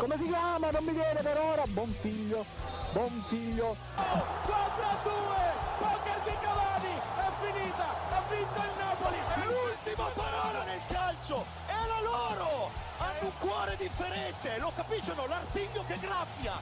come si chiama? Non mi viene per ora. Buon figlio. 4-2, poker di Cavani, è finita, ha vinto il Napoli. L'ultima parola nel calcio è la loro. Hanno un cuore differente, lo capiscono, l'artiglio che graffia.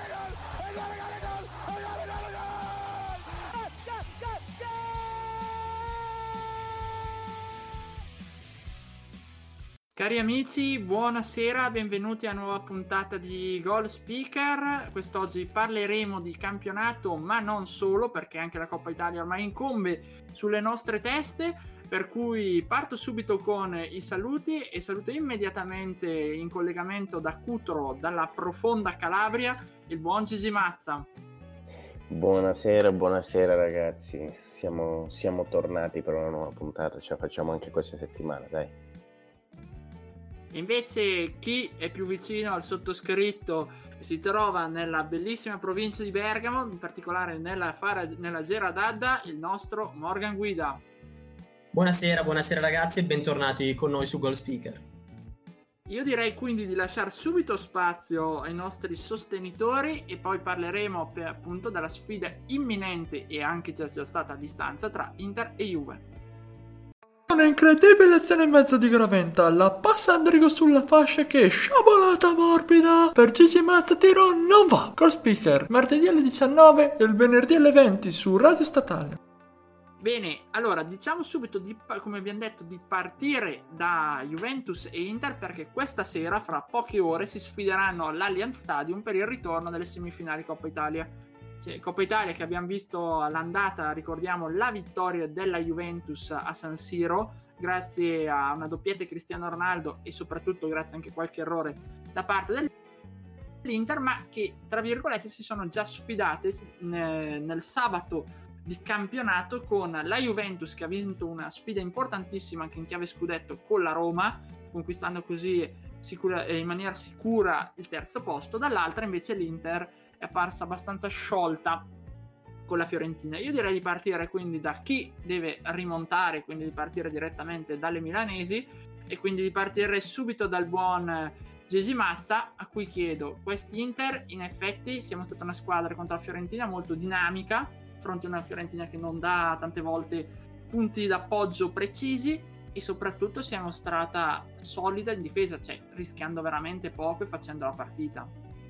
Cari amici, buonasera, benvenuti a una nuova puntata di Goal Speaker. Quest'oggi parleremo di campionato, ma non solo, perché anche la Coppa Italia ormai incombe sulle nostre teste, per cui parto subito con i saluti e saluto immediatamente in collegamento da Cutro, dalla profonda Calabria, il buon Gigi Mazza. Buonasera ragazzi, siamo tornati per una nuova puntata, ce la facciamo anche questa settimana, dai. Invece chi è più vicino al sottoscritto si trova nella bellissima provincia di Bergamo, in particolare nella Gera d'Adda, il nostro Morgan Guida. Buonasera ragazzi e bentornati con noi su Goal Speaker. Io direi quindi di lasciare subito spazio ai nostri sostenitori e poi parleremo appunto della sfida imminente e anche già stata a distanza tra Inter e Juve. Una incredibile azione in mezzo di Graventa, la passa Andrigo sulla fascia che sciabolata morbida per Gigi Mazza, tiro non va. Goal Speaker, martedì alle 19 e il venerdì alle 20 su Radio Statale. Bene, allora diciamo subito, come abbiamo detto, di partire da Juventus e Inter, perché questa sera, fra poche ore, si sfideranno all'Allianz Stadium per il ritorno delle semifinali Coppa Italia. Coppa Italia che abbiamo visto all'andata, ricordiamo la vittoria della Juventus a San Siro, grazie a una doppietta di Cristiano Ronaldo e soprattutto grazie anche a qualche errore da parte dell'Inter, ma che, tra virgolette, si sono già sfidate nel sabato di campionato con la Juventus che ha vinto una sfida importantissima anche in chiave scudetto con la Roma, conquistando così in maniera sicura il terzo posto. Dall'altra invece l'Inter è apparsa abbastanza sciolta con la Fiorentina. Io direi di partire quindi da chi deve rimontare, quindi di partire direttamente dalle milanesi e quindi di partire subito dal buon Gigi Mazza, a cui chiedo: quest'Inter in effetti siamo stata una squadra contro la Fiorentina molto dinamica, fronte a una Fiorentina che non dà tante volte punti d'appoggio precisi, e soprattutto si è mostrata solida in difesa, cioè rischiando veramente poco e facendo la partita.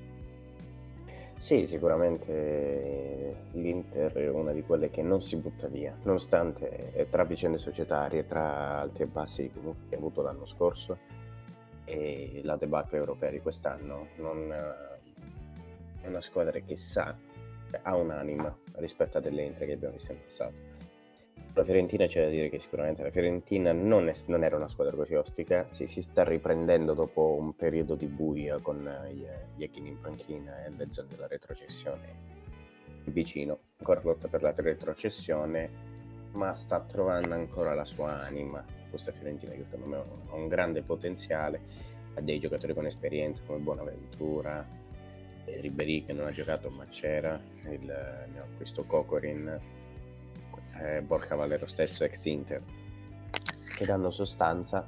Sì, sicuramente l'Inter è una di quelle che non si butta via, nonostante tra vicende societarie, tra alti e bassi comunque che ha avuto l'anno scorso e la debacle europea di quest'anno. Non è una squadra che ha un'anima rispetto a delle Inter che abbiamo visto in passato. La Fiorentina, c'è da dire che sicuramente la Fiorentina non era una squadra così ostica, si sta riprendendo dopo un periodo di buia con Iachini in panchina e le zone della retrocessione vicino, ancora lotta per la retrocessione, ma sta trovando ancora la sua anima. Questa Fiorentina che secondo me ha un grande potenziale, ha dei giocatori con esperienza come Bonaventura, Ribéry che non ha giocato ma c'era, questo Kokorin, Borja Valero stesso ex Inter, che danno sostanza,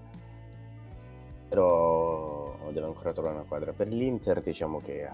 però deve ancora trovare una quadra. Per l'Inter diciamo che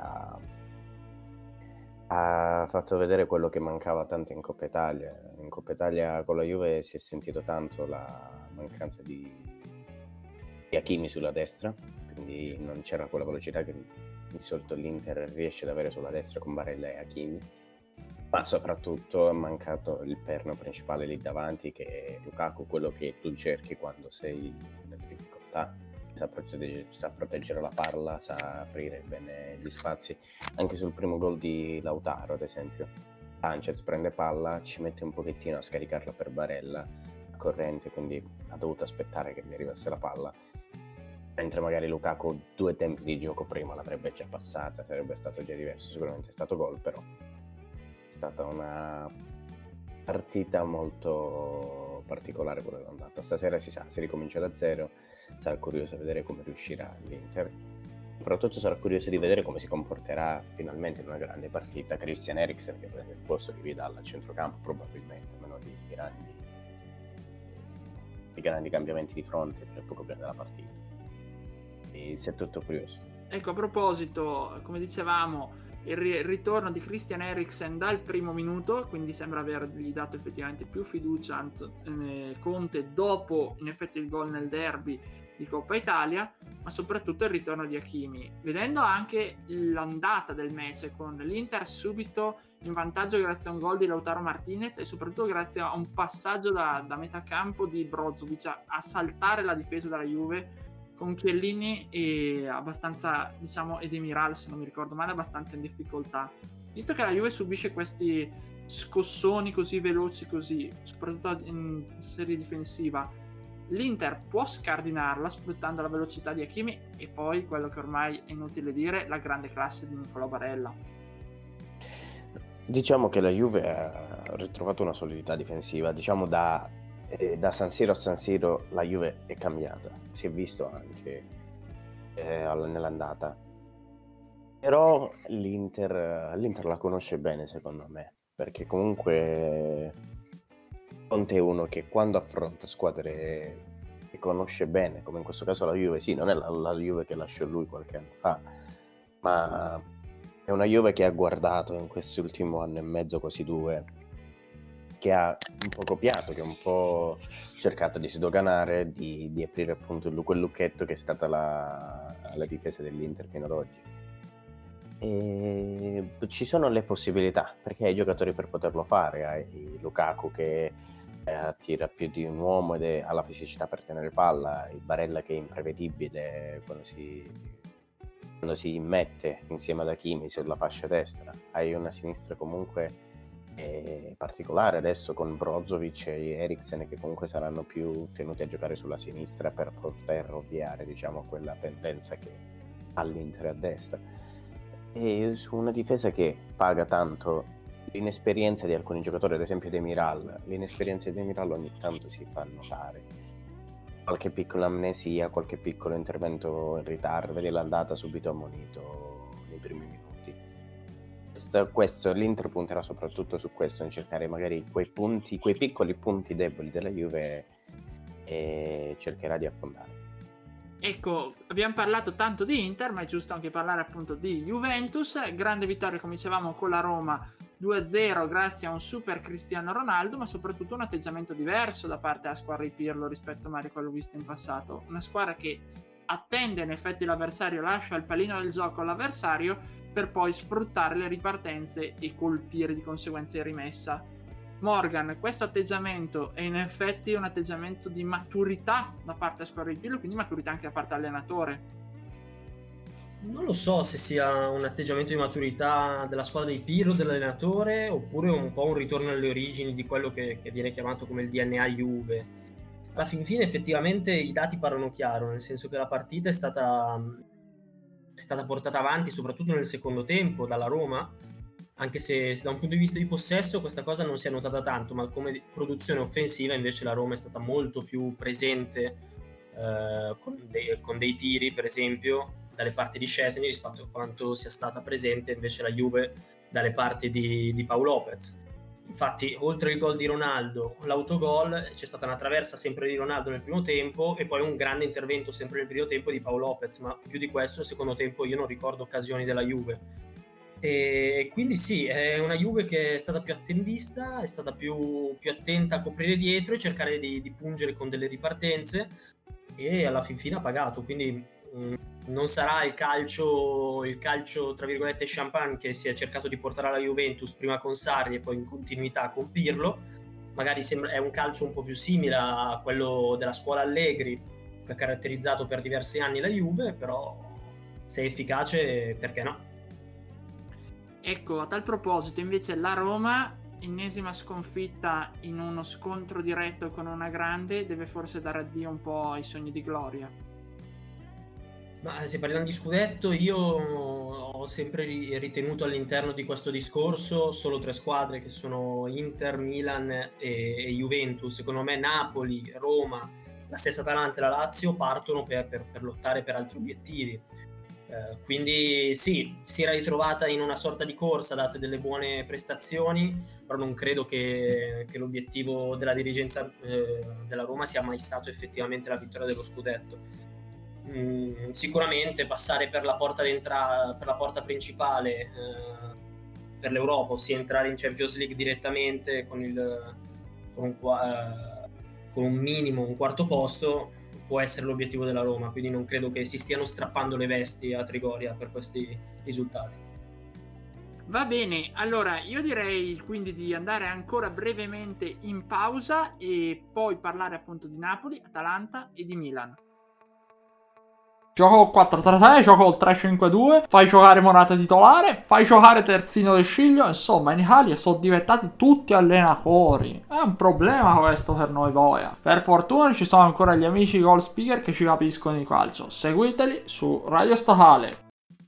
ha fatto vedere quello che mancava tanto in Coppa Italia con la Juve si è sentito tanto la mancanza di Hakimi sulla destra, quindi non c'era quella velocità che di solito l'Inter riesce ad avere sulla destra con Barella e Hakimi, ma soprattutto è mancato il perno principale lì davanti, che è Lukaku, quello che tu cerchi quando sei nelle difficoltà. Sa proteggere la palla, sa aprire bene gli spazi. Anche sul primo gol di Lautaro, ad esempio, Sanchez prende palla, ci mette un pochettino a scaricarla per Barella a corrente, quindi ha dovuto aspettare che gli arrivasse la palla, mentre magari Lukaku 2 tempi di gioco prima l'avrebbe già passata, sarebbe stato già diverso. Sicuramente è stato gol, però è stata una partita molto particolare quella dell'andata. Stasera si ricomincia da zero, sarà curioso di vedere come riuscirà l'Inter, soprattutto sarà curioso di vedere come si comporterà finalmente in una grande partita Christian Eriksen, che prende il posto di Vidal a centrocampo probabilmente, a meno di grandi cambiamenti di fronte per poco prima della partita. E si è tutto curioso. Ecco, a proposito, come dicevamo, il ritorno di Christian Eriksen dal primo minuto, quindi sembra avergli dato effettivamente più fiducia Conte dopo in effetti il gol nel derby di Coppa Italia, ma soprattutto il ritorno di Hakimi, vedendo anche l'andata del match con l'Inter subito in vantaggio grazie a un gol di Lautaro Martinez e soprattutto grazie a un passaggio da metà campo di Brozovic a saltare la difesa della Juve, con Chiellini e abbastanza, diciamo, ed Demiral, se non mi ricordo male, abbastanza in difficoltà. Visto che la Juve subisce questi scossoni così veloci, così, soprattutto in serie difensiva, l'Inter può scardinarla sfruttando la velocità di Hakimi e poi quello che ormai è inutile dire, la grande classe di Nicolò Barella. Diciamo che la Juve ha ritrovato una solidità difensiva, diciamo da San Siro a San Siro la Juve è cambiata, si è visto anche nell'andata, però l'Inter la conosce bene secondo me, perché comunque Conte è uno che quando affronta squadre che conosce bene, come in questo caso la Juve, sì, non è la Juve che lasciò lui qualche anno fa, ma è una Juve che ha guardato in quest'ultimo anno e mezzo, quasi due, che ha un po' copiato, che ha un po' cercato di sdoganare, di aprire appunto quel lucchetto che è stata la difesa dell'Inter fino ad oggi. E ci sono le possibilità, perché hai i giocatori per poterlo fare, hai Lukaku che attira più di un uomo ed ha la fisicità per tenere palla, il Barella che è imprevedibile quando si mette insieme ad Hakimi sulla fascia destra, hai una sinistra comunque particolare adesso con Brozovic e Eriksen che comunque saranno più tenuti a giocare sulla sinistra per poter ovviare, diciamo, quella pendenza che ha l'Inter a destra, e su una difesa che paga tanto l'inesperienza di alcuni giocatori, ad esempio Demiral. L'inesperienza di Demiral ogni tanto si fa notare, qualche piccola amnesia, qualche piccolo intervento in ritardo, vedi l'andata subito ammonito nei primi minuti. Questo l'Inter punterà soprattutto su questo, in cercare magari quei piccoli punti deboli della Juve e cercherà di affondare. Ecco, abbiamo parlato tanto di Inter, ma è giusto anche parlare appunto di Juventus. Grande vittoria, come dicevamo, con la Roma 2-0 grazie a un super Cristiano Ronaldo, ma soprattutto un atteggiamento diverso da parte della squadra di Pirlo rispetto magari a quello visto in passato. Una squadra che attende in effetti l'avversario, lascia il pallino del gioco all'avversario per poi sfruttare le ripartenze e colpire di conseguenza in rimessa. Morgan, questo atteggiamento è in effetti un atteggiamento di maturità da parte della squadra di Pirlo, quindi maturità anche da parte dell'allenatore? Non lo so se sia un atteggiamento di maturità della squadra di Pirlo, dell'allenatore, oppure un po' un ritorno alle origini di quello che viene chiamato come il DNA Juve. Alla fin fine effettivamente i dati parlano chiaro, nel senso che la partita è stata portata avanti soprattutto nel secondo tempo dalla Roma, anche se da un punto di vista di possesso questa cosa non si è notata tanto, ma come produzione offensiva invece la Roma è stata molto più presente con dei tiri, per esempio, dalle parti di Szczesny rispetto a quanto sia stata presente invece la Juve dalle parti di Pau Lopez. Infatti, oltre il gol di Ronaldo, l'autogol, c'è stata una traversa sempre di Ronaldo nel primo tempo e poi un grande intervento sempre nel primo tempo di Pau Lopez, ma più di questo nel secondo tempo io non ricordo occasioni della Juve. E quindi sì, è una Juve che è stata più attendista, è stata più attenta a coprire dietro e cercare di pungere con delle ripartenze, e alla fin fine ha pagato, quindi non sarà il calcio tra virgolette champagne che si è cercato di portare alla Juventus prima con Sarri e poi in continuità con Pirlo. Magari è un calcio un po' più simile a quello della scuola Allegri che ha caratterizzato per diversi anni la Juve, però se è efficace perché no? Ecco, a tal proposito invece la Roma, ennesima sconfitta in uno scontro diretto con una grande, deve forse dare addio un po' ai sogni di gloria. Ma se parliamo di scudetto, io ho sempre ritenuto all'interno di questo discorso solo tre squadre, che sono Inter, Milan e Juventus. Secondo me Napoli, Roma, la stessa Atalanta e la Lazio partono per lottare per altri obiettivi. Quindi sì, si era ritrovata in una sorta di corsa date delle buone prestazioni, però non credo che l'obiettivo della dirigenza della Roma sia mai stato effettivamente la vittoria dello scudetto. Sicuramente passare per la porta per la porta principale per l'Europa, ossia entrare in Champions League direttamente con un minimo, un quarto posto, può essere l'obiettivo della Roma, quindi non credo che si stiano strappando le vesti a Trigoria per questi risultati. Va bene, allora io direi quindi di andare ancora brevemente in pausa e poi parlare appunto di Napoli, Atalanta e di Milan. Gioco 4-3-3, gioco il 3-5-2, fai giocare Morata titolare, fai giocare Terzino del Sciglio, insomma in Italia sono diventati tutti allenatori. È un problema questo per noi Voia. Per fortuna ci sono ancora gli amici Goal Speaker che ci capiscono di calcio. Seguiteli su Radio Statale.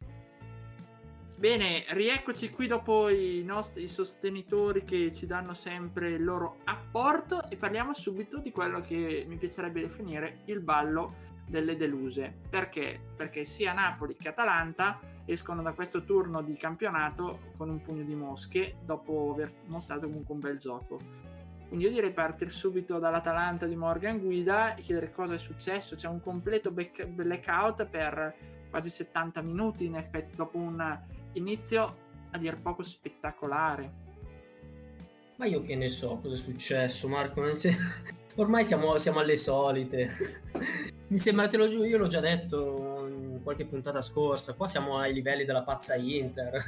Bene, rieccoci qui dopo i nostri sostenitori che ci danno sempre il loro apporto e parliamo subito di quello che mi piacerebbe definire il ballo delle deluse. Perché? Perché sia Napoli che Atalanta escono da questo turno di campionato con un pugno di mosche dopo aver mostrato comunque un bel gioco. Quindi io direi partire subito dall'Atalanta di Morgan Guida e chiedere cosa è successo. C'è un completo blackout per quasi 70 minuti in effetti dopo un inizio a dir poco spettacolare. Ma io che ne so cosa è successo, Marco? Ormai siamo alle solite. Mi sembra, te lo giuro, io l'ho già detto in qualche puntata scorsa, qua siamo ai livelli della pazza Inter.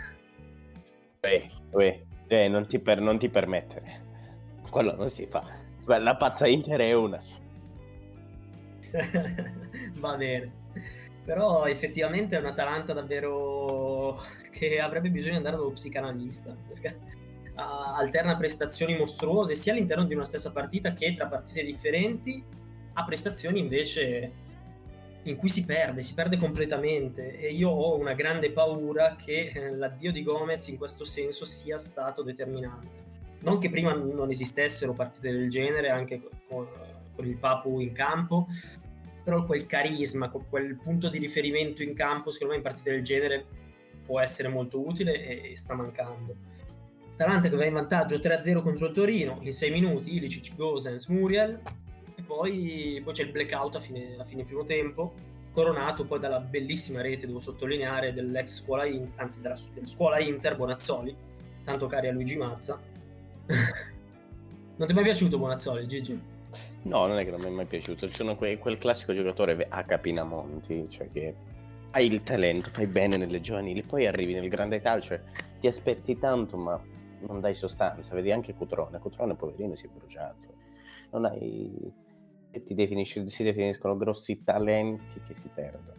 Non ti permettere. Quello non si fa. La pazza Inter è una. Va bene. Però effettivamente è un Atalanta davvero che avrebbe bisogno di andare dallo psicanalista, perché alterna prestazioni mostruose sia all'interno di una stessa partita che tra partite differenti, a prestazioni invece in cui si perde completamente, e io ho una grande paura che l'addio di Gomez in questo senso sia stato determinante. Non che prima non esistessero partite del genere anche con il Papu in campo, però quel carisma, quel punto di riferimento in campo, secondo me in partite del genere può essere molto utile e sta mancando. Atalanta che va in vantaggio 3-0 contro il Torino in 6 minuti, Ilicic, Gosens, Muriel, e poi c'è il blackout a fine primo tempo, coronato poi dalla bellissima rete, devo sottolineare, dell'ex scuola della scuola Inter, Bonazzoli, tanto cari a Luigi Mazza. Non ti è mai piaciuto Bonazzoli, Gigi? No, non è che non mi è mai piaciuto. Sono quel classico giocatore a Capinamonti, cioè che hai il talento, fai bene nelle giovanili, poi arrivi nel grande calcio e ti aspetti tanto, ma non dai sostanza. Vedi anche Cutrone, poverino, si è bruciato. Non hai... si definiscono grossi talenti che si perdono.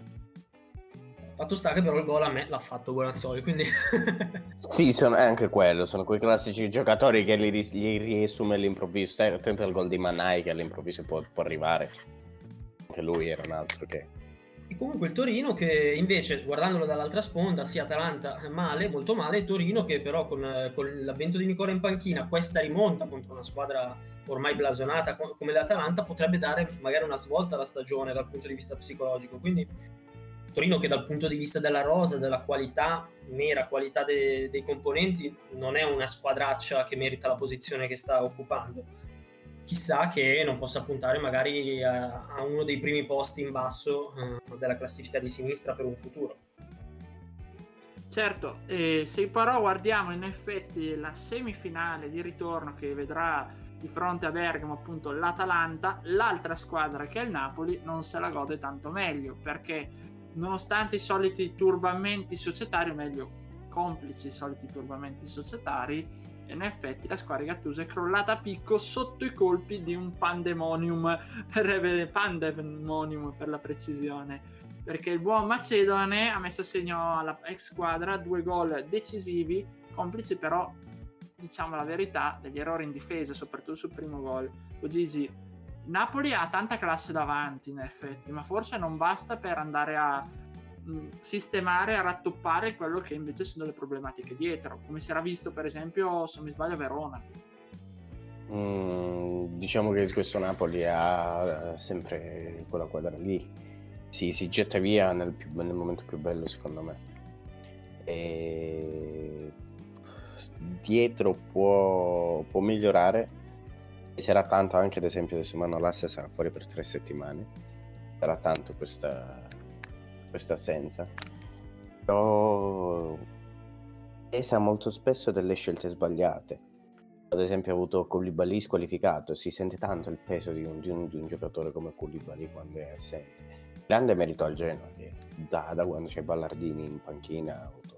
Fatto sta che però il gol a me l'ha fatto Bonazzoli, quindi... Sì, è anche quello, sono quei classici giocatori che li riessume all'improvviso. Attento al gol di Manai che all'improvviso può arrivare. Anche lui era un altro che... E comunque il Torino che invece, guardandolo dall'altra sponda, sia Atalanta male, molto male, e Torino che però con l'avvento di Nicola in panchina, questa rimonta contro una squadra ormai blasonata come l'Atalanta potrebbe dare magari una svolta alla stagione dal punto di vista psicologico. Quindi Torino che dal punto di vista della rosa, della qualità, mera qualità dei componenti, non è una squadraccia che merita la posizione che sta occupando. Chissà che non possa puntare magari a uno dei primi posti in basso della classifica di sinistra per un futuro. Certo, se però guardiamo in effetti la semifinale di ritorno che vedrà di fronte a Bergamo appunto l'Atalanta, l'altra squadra che è il Napoli non se la gode tanto meglio, perché nonostante i soliti turbamenti societari, o meglio complici i soliti turbamenti societari, in effetti la squadra Gattuso è crollata a picco sotto i colpi di un pandemonium per la precisione, perché il buon Macedone ha messo a segno alla ex squadra 2 gol decisivi, complici però, diciamo la verità, degli errori in difesa, soprattutto sul primo gol. Gigi, Napoli ha tanta classe davanti in effetti, ma forse non basta per andare a sistemare, a rattoppare quello che invece sono le problematiche dietro, come si era visto per esempio, se non mi sbaglio, a Verona. Diciamo che questo Napoli ha sempre quella quadra lì, si getta via nel momento più bello secondo me, e dietro può migliorare, e sarà tanto anche ad esempio adesso Manolas sarà fuori per 3 settimane, sarà tanto questa questa assenza. Però pesa molto spesso delle scelte sbagliate. Ad esempio ha avuto Koulibaly squalificato, si sente tanto il peso di un giocatore come Koulibaly quando è assente. Grande merito al Genoa che da quando c'è Ballardini in panchina ha avuto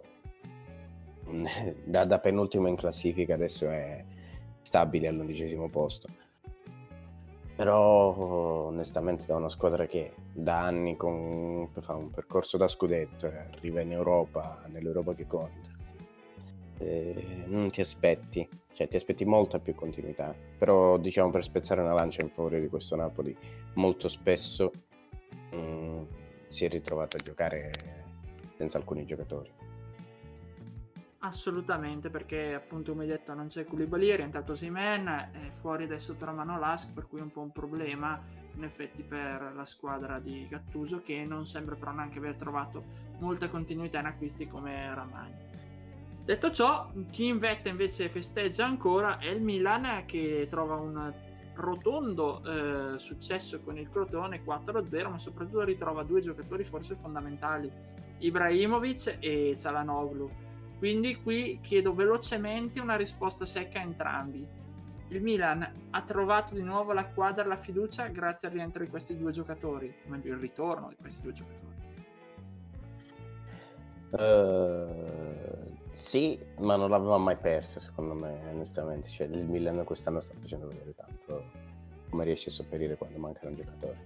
da penultimo in classifica adesso è stabile all'11° posto. Però onestamente da una squadra che da anni fa un percorso da scudetto e arriva in Europa, nell'Europa che conta, non ti aspetti, cioè ti aspetti molta più continuità. Però diciamo, per spezzare una lancia in favore di questo Napoli, molto spesso si è ritrovato a giocare senza alcuni giocatori. Assolutamente, perché appunto come hai detto non c'è Koulibaly, è rientrato Osimhen, è fuori adesso per mano Lask, per cui è un po' un problema in effetti per la squadra di Gattuso, che non sembra però neanche aver trovato molta continuità in acquisti come Ramagne. Detto ciò, chi in vetta invece festeggia ancora è il Milan, che trova un rotondo successo con il Crotone 4-0, ma soprattutto ritrova due giocatori forse fondamentali, Ibrahimovic e Çalhanoğlu. Quindi qui chiedo velocemente una risposta secca a entrambi. Il Milan ha trovato di nuovo la quadra, la fiducia grazie al rientro di questi due giocatori, o meglio il ritorno di questi due giocatori. Sì, ma non l'aveva mai persa secondo me, onestamente. Cioè, il Milan quest'anno sta facendo vedere tanto come riesce a sopperire quando mancano giocatori.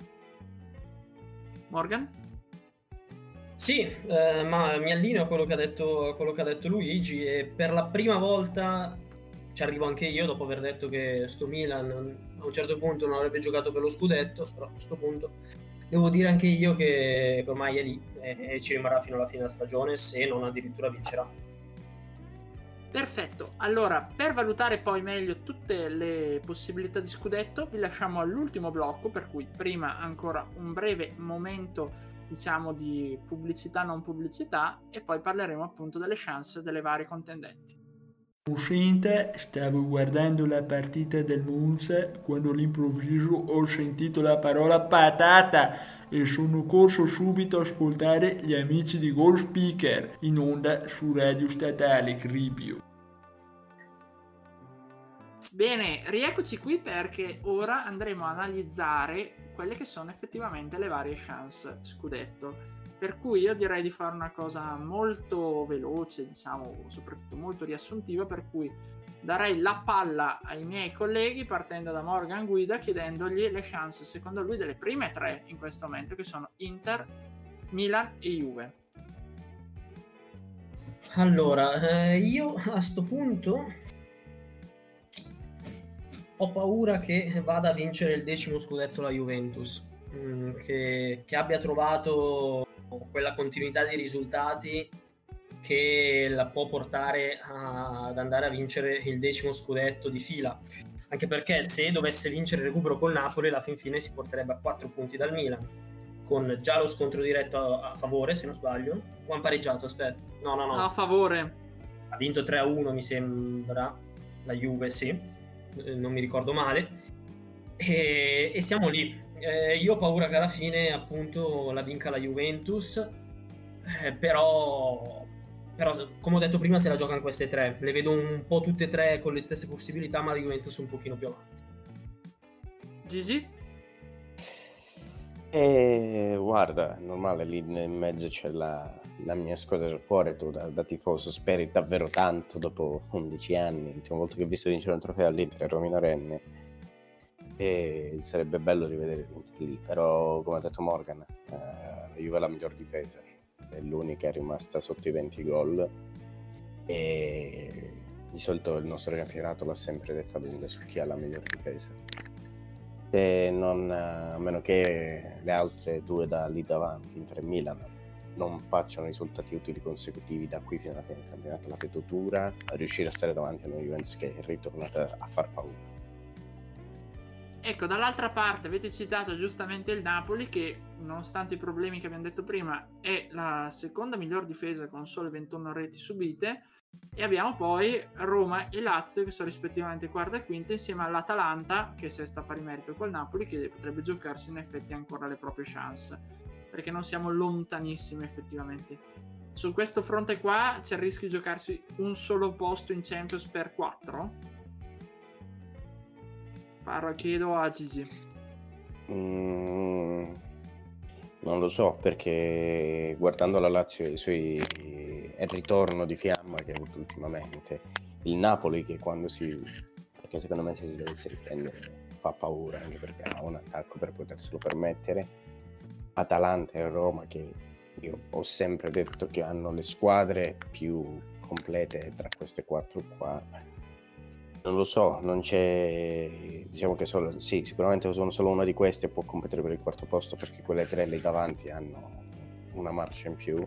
Morgan? Sì, ma mi allineo a quello che ha detto Luigi, e per la prima volta ci arrivo anche io dopo aver detto che sto Milan a un certo punto non avrebbe giocato per lo scudetto, però a questo punto devo dire anche io che ormai è lì e ci rimarrà fino alla fine della stagione, se non addirittura vincerà. Perfetto, allora per valutare poi meglio tutte le possibilità di scudetto vi lasciamo all'ultimo blocco, per cui prima ancora un breve momento diciamo di pubblicità non pubblicità e poi parleremo appunto delle chance delle varie contendenti. Uscente, stavo guardando la partita del Monza quando all'improvviso ho sentito la parola patata e sono corso subito a ascoltare gli amici di Goal Speaker in onda su Radio Statale Cribio. Bene, rieccoci qui perché ora andremo a analizzare quelle che sono effettivamente le varie chance scudetto, per cui io direi di fare una cosa molto veloce, diciamo, soprattutto molto riassuntiva, per cui darei la palla ai miei colleghi partendo da Morgan Guida, chiedendogli le chance secondo lui delle prime tre in questo momento, che sono Inter, Milan e Juve. Allora, io a sto punto ho paura che vada a vincere il 10° scudetto la Juventus, che abbia trovato quella continuità di risultati che la può portare ad andare a vincere il 10° scudetto di fila, anche perché se dovesse vincere il recupero col Napoli alla fin fine si porterebbe a 4 punti dal Milan, con già lo scontro diretto a favore, se non sbaglio, o hanno pareggiato, aspetta, no, A favore. ha vinto 3-1 mi sembra la Juve, sì, non mi ricordo male, e siamo lì. Io ho paura che alla fine appunto la vinca la Juventus, però come ho detto prima se la giocano queste tre, le vedo un po' tutte e tre con le stesse possibilità, ma la Juventus un pochino più avanti. Gigi? Guarda, normale, lì nel mezzo c'è la mia squadra del cuore. Tu da tifoso speri davvero tanto dopo 11 anni. L'ultima volta che ho visto vincere un trofeo all'Inter ero minorenne e sarebbe bello rivedere lì, però come ha detto Morgan, la Juve è la miglior difesa, è l'unica rimasta sotto i 20 gol e di solito il nostro campionato l'ha sempre detto a lungo su chi ha la miglior difesa. A meno che le altre due da lì davanti, Inter e Milan, non facciano risultati utili consecutivi da qui fino alla fine del campionato, la vedo dura a riuscire a stare davanti a una Juventus che è ritornata a far paura. Ecco, dall'altra parte avete citato giustamente il Napoli, che nonostante i problemi che abbiamo detto prima è la seconda miglior difesa con sole 21 reti subite, e abbiamo poi Roma e Lazio che sono rispettivamente quarta e quinta, insieme all'Atalanta che si sta a pari merito col Napoli, che potrebbe giocarsi in effetti ancora le proprie chance. perché non siamo lontanissimi effettivamente. Su questo fronte qua c'è il rischio di giocarsi un solo posto in Champions per 4? Chiedo a Gigi. Non lo so, perché guardando la Lazio e il ritorno di fiamma che ha avuto ultimamente, il Napoli che perché secondo me se si dovesse riprendere fa paura, anche perché ha un attacco per poterselo permettere, Atalanta e Roma, che io ho sempre detto che hanno le squadre più complete tra queste 4 qua. Non lo so, non c'è, diciamo che sicuramente solo una di queste può competere per il 4º posto, perché quelle 3 lì davanti hanno una marcia in più,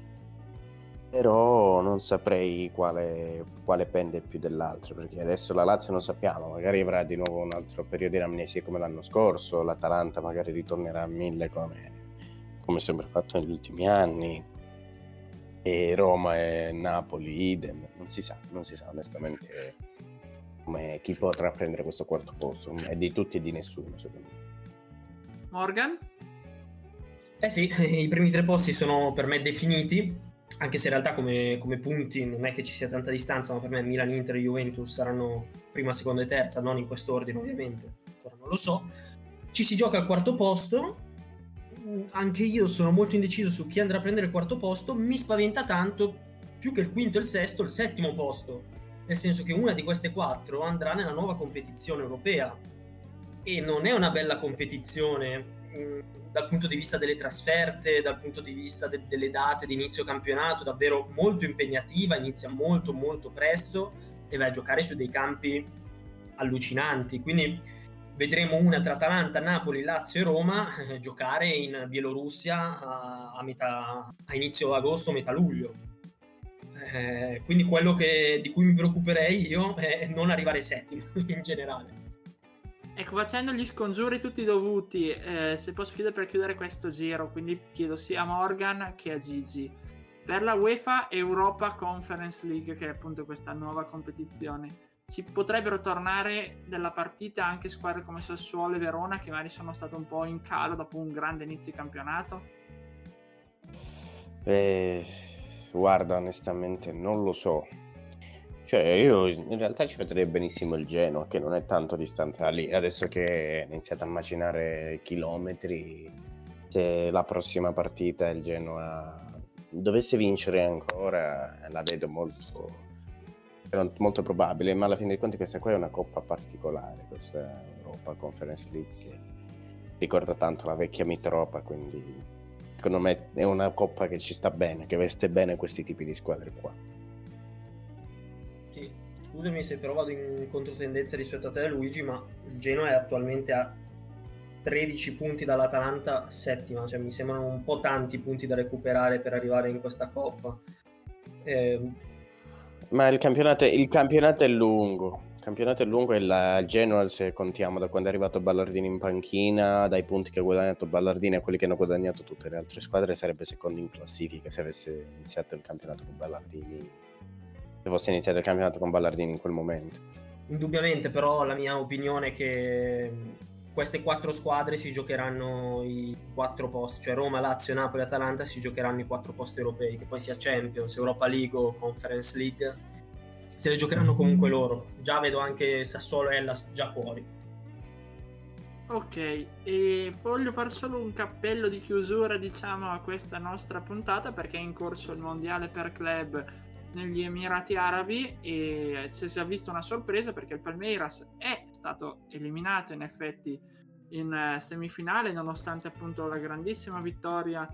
però non saprei quale pende più dell'altra, perché adesso la Lazio non sappiamo, magari avrà di nuovo un altro periodo di amnesia come l'anno scorso, l'Atalanta magari ritornerà a 1000 come sempre fatto negli ultimi anni, e Roma e Napoli idem, non si sa onestamente come chi potrà prendere questo 4º posto, è di tutti e di nessuno secondo me. Morgan? Sì, i primi 3 posti sono per me definiti, anche se in realtà come punti non è che ci sia tanta distanza, ma per me Milan, Inter e Juventus saranno prima, seconda e terza, non in quest'ordine ovviamente, ancora non lo so. Ci si gioca al 4º posto, anche io sono molto indeciso su chi andrà a prendere il 4º posto, mi spaventa tanto, più che il 5º e il 6º, il 7º posto, nel senso che una di queste 4 andrà nella nuova competizione europea, e non è una bella competizione dal punto di vista delle trasferte, dal punto di vista delle date di inizio campionato, davvero molto impegnativa, inizia molto molto presto e va a giocare su dei campi allucinanti, quindi vedremo una tra Atalanta, Napoli, Lazio e Roma giocare in Bielorussia a inizio agosto, metà luglio. Quindi quello di cui mi preoccuperei io è non arrivare settimo in generale. Ecco, facendo gli scongiuri tutti dovuti, se posso chiedere per chiudere questo giro, quindi chiedo sia a Morgan che a Gigi, per la UEFA Europa Conference League, che è appunto questa nuova competizione, ci potrebbero tornare della partita anche squadre come Sassuolo e Verona, che magari sono state un po' in calo dopo un grande inizio di campionato? Guarda, onestamente non lo so. Cioè, io in realtà ci vedrei benissimo il Genoa, che non è tanto distante da lì. Adesso che è iniziato a macinare chilometri, se la prossima partita il Genoa dovesse vincere ancora, la vedo molto probabile, ma alla fine dei conti questa qua è una coppa particolare, questa Europa Conference League, che ricorda tanto la vecchia Mitropa, quindi secondo me è una coppa che ci sta bene, che veste bene questi tipi di squadre qua. Sì, scusami se però vado in controtendenza rispetto a te, Luigi, ma il Genoa è attualmente a 13 punti dall'Atalanta, settima, cioè mi sembrano un po' tanti punti da recuperare per arrivare in questa coppa. Ma il campionato è lungo. Il campionato è lungo, e il Genoa, se contiamo da quando è arrivato Ballardini in panchina, dai punti che ha guadagnato Ballardini a quelli che hanno guadagnato tutte le altre squadre, sarebbe secondo in classifica se avesse iniziato il campionato con Ballardini, se fosse iniziato il campionato con Ballardini in quel momento. Indubbiamente, però la mia opinione è che queste 4 squadre si giocheranno i 4 posti, cioè Roma, Lazio, Napoli e Atalanta si giocheranno i 4 posti europei, che poi sia Champions, Europa League o Conference League, se le giocheranno comunque loro. Già vedo anche Sassuolo e Hellas già fuori. Ok, e voglio fare solo un cappello di chiusura, diciamo, a questa nostra puntata, perché è in corso il mondiale per club negli Emirati Arabi e si è vista una sorpresa, perché il Palmeiras è stato eliminato in effetti in semifinale, nonostante appunto la grandissima vittoria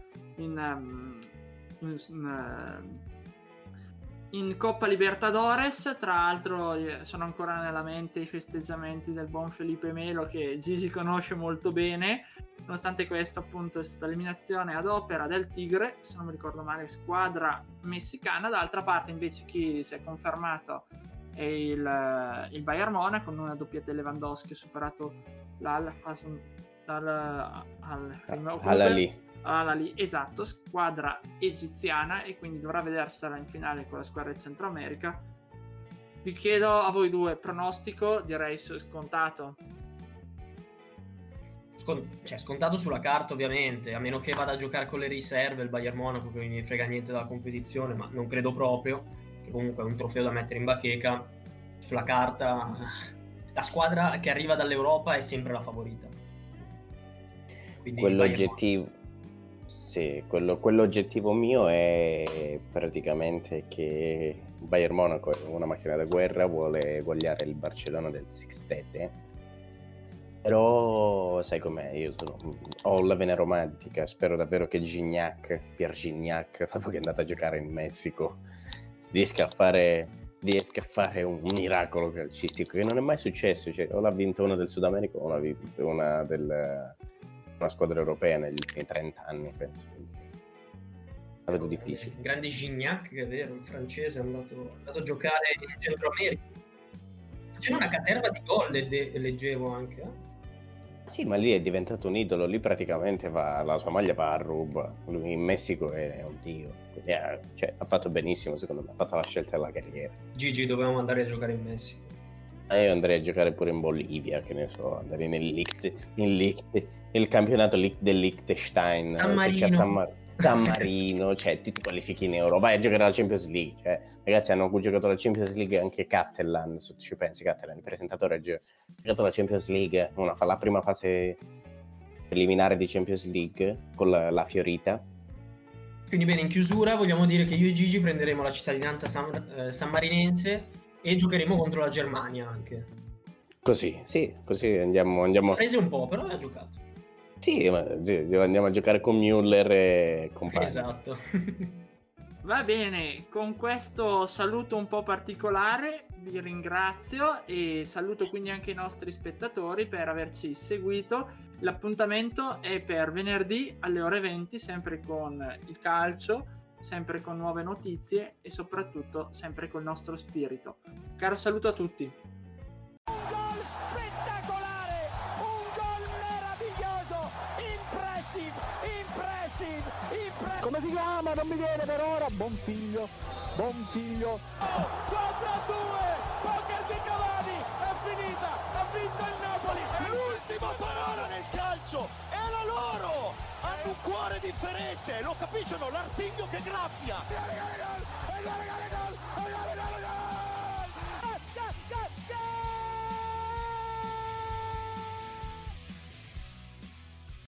in Coppa Libertadores. Tra l'altro sono ancora nella mente i festeggiamenti del buon Felipe Melo, che Gigi conosce molto bene. Nonostante questo, appunto, è stata l'eliminazione ad opera del Tigre, se non mi ricordo male, squadra messicana. D'altra parte invece chi si è confermato è il Bayern Monaco, con una doppietta di Lewandowski, ha superato l'Al-Ahly, esatto, squadra egiziana, e quindi dovrà vedersela in finale con la squadra del Centro America. Vi chiedo a voi due pronostico, direi scontato. scontato sulla carta ovviamente, a meno che vada a giocare con le riserve il Bayern Monaco, che non gli frega niente della competizione, ma non credo proprio, che comunque è un trofeo da mettere in bacheca. Sulla carta la squadra che arriva dall'Europa è sempre la favorita. Quindi Quell'oggettivo, sì, quell'oggettivo mio è praticamente che Bayern Monaco è una macchina da guerra, vuole eguagliare il Barcellona del Sixtete. Però sai com'è, ho la vena romantica, spero davvero che Pierre Gignac, dopo che è andato a giocare in Messico, riesca a fare un miracolo calcistico che non è mai successo, cioè, o l'ha vinto una del Sud America o l'ha vinto una squadra europea negli ultimi 30 anni, penso. La vedo difficile. Il grande Gignac, che è vero, il francese, è andato a giocare in Centro America. Facendo una caterva di gol, leggevo anche. Sì, ma lì è diventato un idolo, lì praticamente la sua maglia va a ruba, lui in Messico è un dio, quindi cioè, ha fatto benissimo secondo me, ha fatto la scelta della carriera. Gigi, dovevamo andare a giocare in Messico. Io andrei a giocare pure in Bolivia, che ne so, andare nel campionato del Liechtenstein, San Marino, cioè ti qualifichi in Euro, vai a giocare alla Champions League, cioè ragazzi hanno giocato la Champions League anche Catalan, se ci pensi, Catalan, il presentatore ha giocato la Champions League, fa la prima fase preliminare di Champions League con la Fiorita. Quindi bene, in chiusura vogliamo dire che io e Gigi prenderemo la cittadinanza sammarinense e giocheremo contro la Germania anche. Così andiamo. Ha preso un po', però ha giocato. Sì, ma andiamo a giocare con Müller e compagni. Esatto. Va bene, con questo saluto un po' particolare vi ringrazio e saluto quindi anche i nostri spettatori per averci seguito. L'appuntamento è per venerdì alle ore 20, sempre con il calcio, sempre con nuove notizie e soprattutto sempre col nostro spirito. Caro saluto a tutti. Come si chiama? Non mi viene per ora. Buon figlio. 4-2. Poker di Cavani. È finita. Ha vinto il Napoli. L'ultima parola nel calcio è la loro. Hanno un cuore differente. Lo capiscono? L'artiglio che graffia.